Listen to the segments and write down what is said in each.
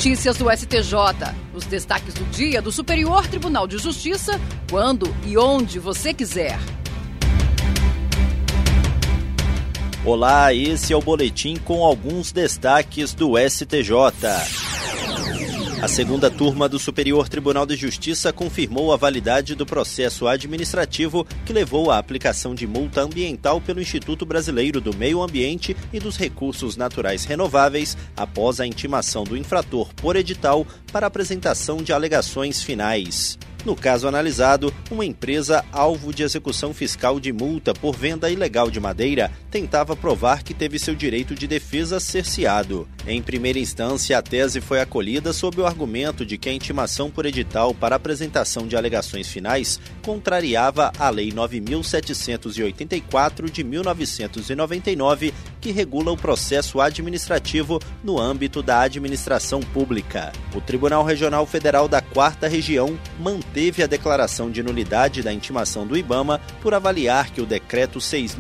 Notícias do STJ. Os destaques do dia do Superior Tribunal de Justiça, quando e onde você quiser. Olá, esse é o boletim com alguns destaques do STJ. A segunda turma do Superior Tribunal de Justiça confirmou a validade do processo administrativo que levou à aplicação de multa ambiental pelo Instituto Brasileiro do Meio Ambiente e dos Recursos Naturais Renováveis após a intimação do infrator por edital para apresentação de alegações finais. No caso analisado, uma empresa alvo de execução fiscal de multa por venda ilegal de madeira tentava provar que teve seu direito de defesa cerceado. Em primeira instância, a tese foi acolhida sob o argumento de que a intimação por edital para apresentação de alegações finais contrariava a Lei 9.784 de 1999, que regula o processo administrativo no âmbito da administração pública. O Tribunal Regional Federal da 4ª Região manteve a declaração de nulidade da intimação do IBAMA por avaliar que o Decreto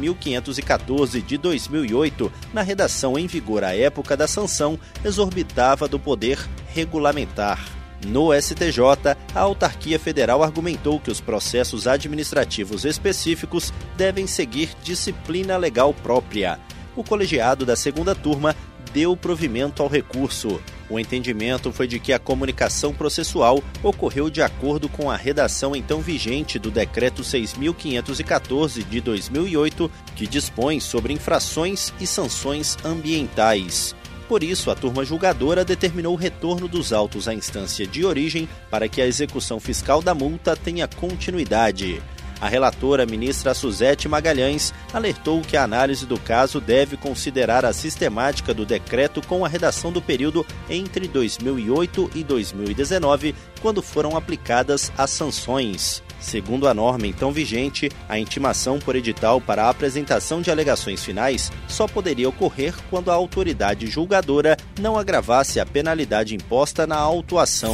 6.514 de 2008, na redação em vigor à época da sanção, exorbitava do poder regulamentar. No STJ, a autarquia federal argumentou que os processos administrativos específicos devem seguir disciplina legal própria. O colegiado da segunda turma deu provimento ao recurso. O entendimento foi de que a comunicação processual ocorreu de acordo com a redação então vigente do Decreto 6.514 de 2008, que dispõe sobre infrações e sanções ambientais. Por isso, a turma julgadora determinou o retorno dos autos à instância de origem para que a execução fiscal da multa tenha continuidade. A relatora, ministra Suzete Magalhães, alertou que a análise do caso deve considerar a sistemática do decreto com a redação do período entre 2008 e 2019, quando foram aplicadas as sanções. Segundo a norma então vigente, a intimação por edital para a apresentação de alegações finais só poderia ocorrer quando a autoridade julgadora não agravasse a penalidade imposta na autuação.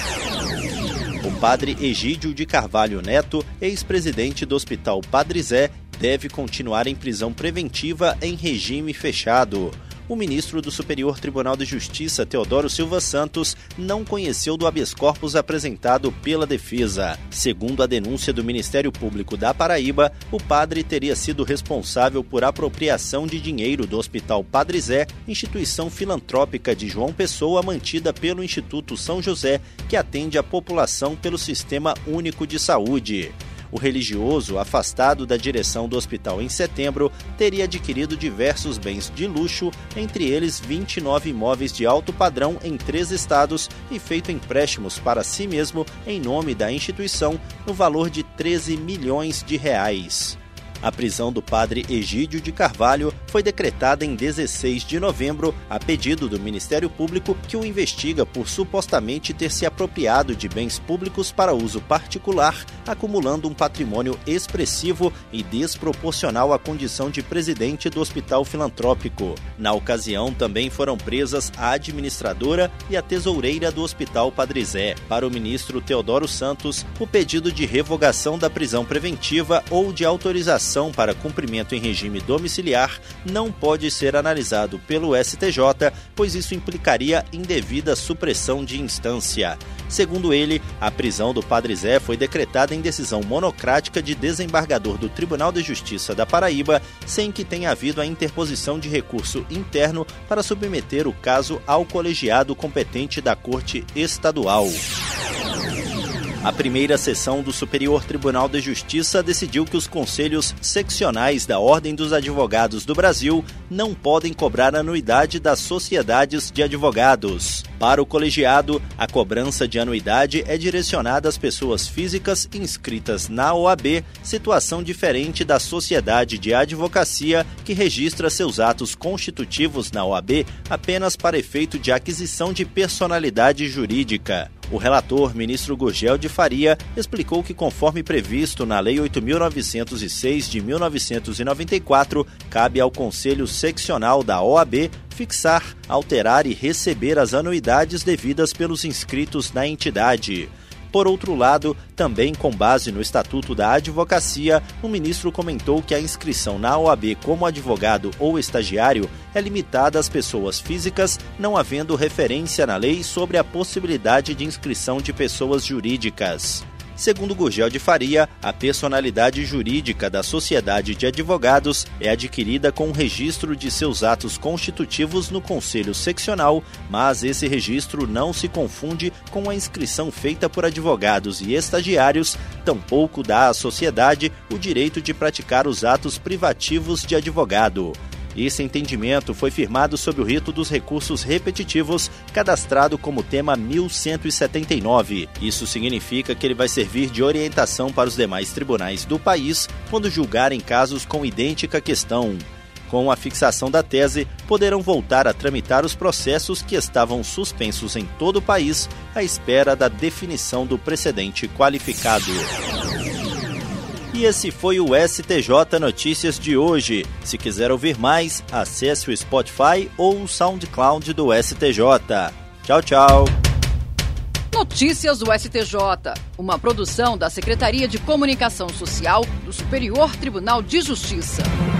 O padre Egídio de Carvalho Neto, ex-presidente do Hospital Padre Zé, deve continuar em prisão preventiva em regime fechado. O ministro do Superior Tribunal de Justiça, Teodoro Silva Santos, não conheceu do habeas corpus apresentado pela defesa. Segundo a denúncia do Ministério Público da Paraíba, o padre teria sido responsável por apropriação de dinheiro do Hospital Padre Zé, instituição filantrópica de João Pessoa mantida pelo Instituto São José, que atende a população pelo Sistema Único de Saúde. O religioso, afastado da direção do hospital em setembro, teria adquirido diversos bens de luxo, entre eles 29 imóveis de alto padrão em 3 estados e feito empréstimos para si mesmo em nome da instituição no valor de 13 milhões de reais. A prisão do padre Egídio de Carvalho foi decretada em 16 de novembro a pedido do Ministério Público, que o investiga por supostamente ter se apropriado de bens públicos para uso particular, acumulando um patrimônio expressivo e desproporcional à condição de presidente do hospital filantrópico. Na ocasião, também foram presas a administradora e a tesoureira do Hospital Padre Zé. Para o ministro Teodoro Santos, o pedido de revogação da prisão preventiva ou de autorização para cumprimento em regime domiciliar não pode ser analisado pelo STJ, pois isso implicaria indevida supressão de instância. Segundo ele, a prisão do Padre Zé foi decretada em decisão monocrática de desembargador do Tribunal de Justiça da Paraíba, sem que tenha havido a interposição de recurso interno para submeter o caso ao colegiado competente da Corte Estadual. A primeira sessão do Superior Tribunal de Justiça decidiu que os conselhos seccionais da Ordem dos Advogados do Brasil não podem cobrar anuidade das sociedades de advogados. Para o colegiado, a cobrança de anuidade é direcionada às pessoas físicas inscritas na OAB, situação diferente da sociedade de advocacia que registra seus atos constitutivos na OAB apenas para efeito de aquisição de personalidade jurídica. O relator, ministro Gurgel de Faria, explicou que, conforme previsto na Lei 8.906 de 1994, cabe ao Conselho Seccional da OAB fixar, alterar e receber as anuidades devidas pelos inscritos na entidade. Por outro lado, também com base no Estatuto da Advocacia, o ministro comentou que a inscrição na OAB como advogado ou estagiário é limitada às pessoas físicas, não havendo referência na lei sobre a possibilidade de inscrição de pessoas jurídicas. Segundo Gurgel de Faria, a personalidade jurídica da Sociedade de Advogados é adquirida com o registro de seus atos constitutivos no Conselho Seccional, mas esse registro não se confunde com a inscrição feita por advogados e estagiários, tampouco dá à sociedade o direito de praticar os atos privativos de advogado. Esse entendimento foi firmado sob o rito dos recursos repetitivos, cadastrado como tema 1179. Isso significa que ele vai servir de orientação para os demais tribunais do país quando julgarem casos com idêntica questão. Com a fixação da tese, poderão voltar a tramitar os processos que estavam suspensos em todo o país à espera da definição do precedente qualificado. E esse foi o STJ Notícias de hoje. Se quiser ouvir mais, acesse o Spotify ou o SoundCloud do STJ. Tchau, tchau. Notícias do STJ, uma produção da Secretaria de Comunicação Social do Superior Tribunal de Justiça.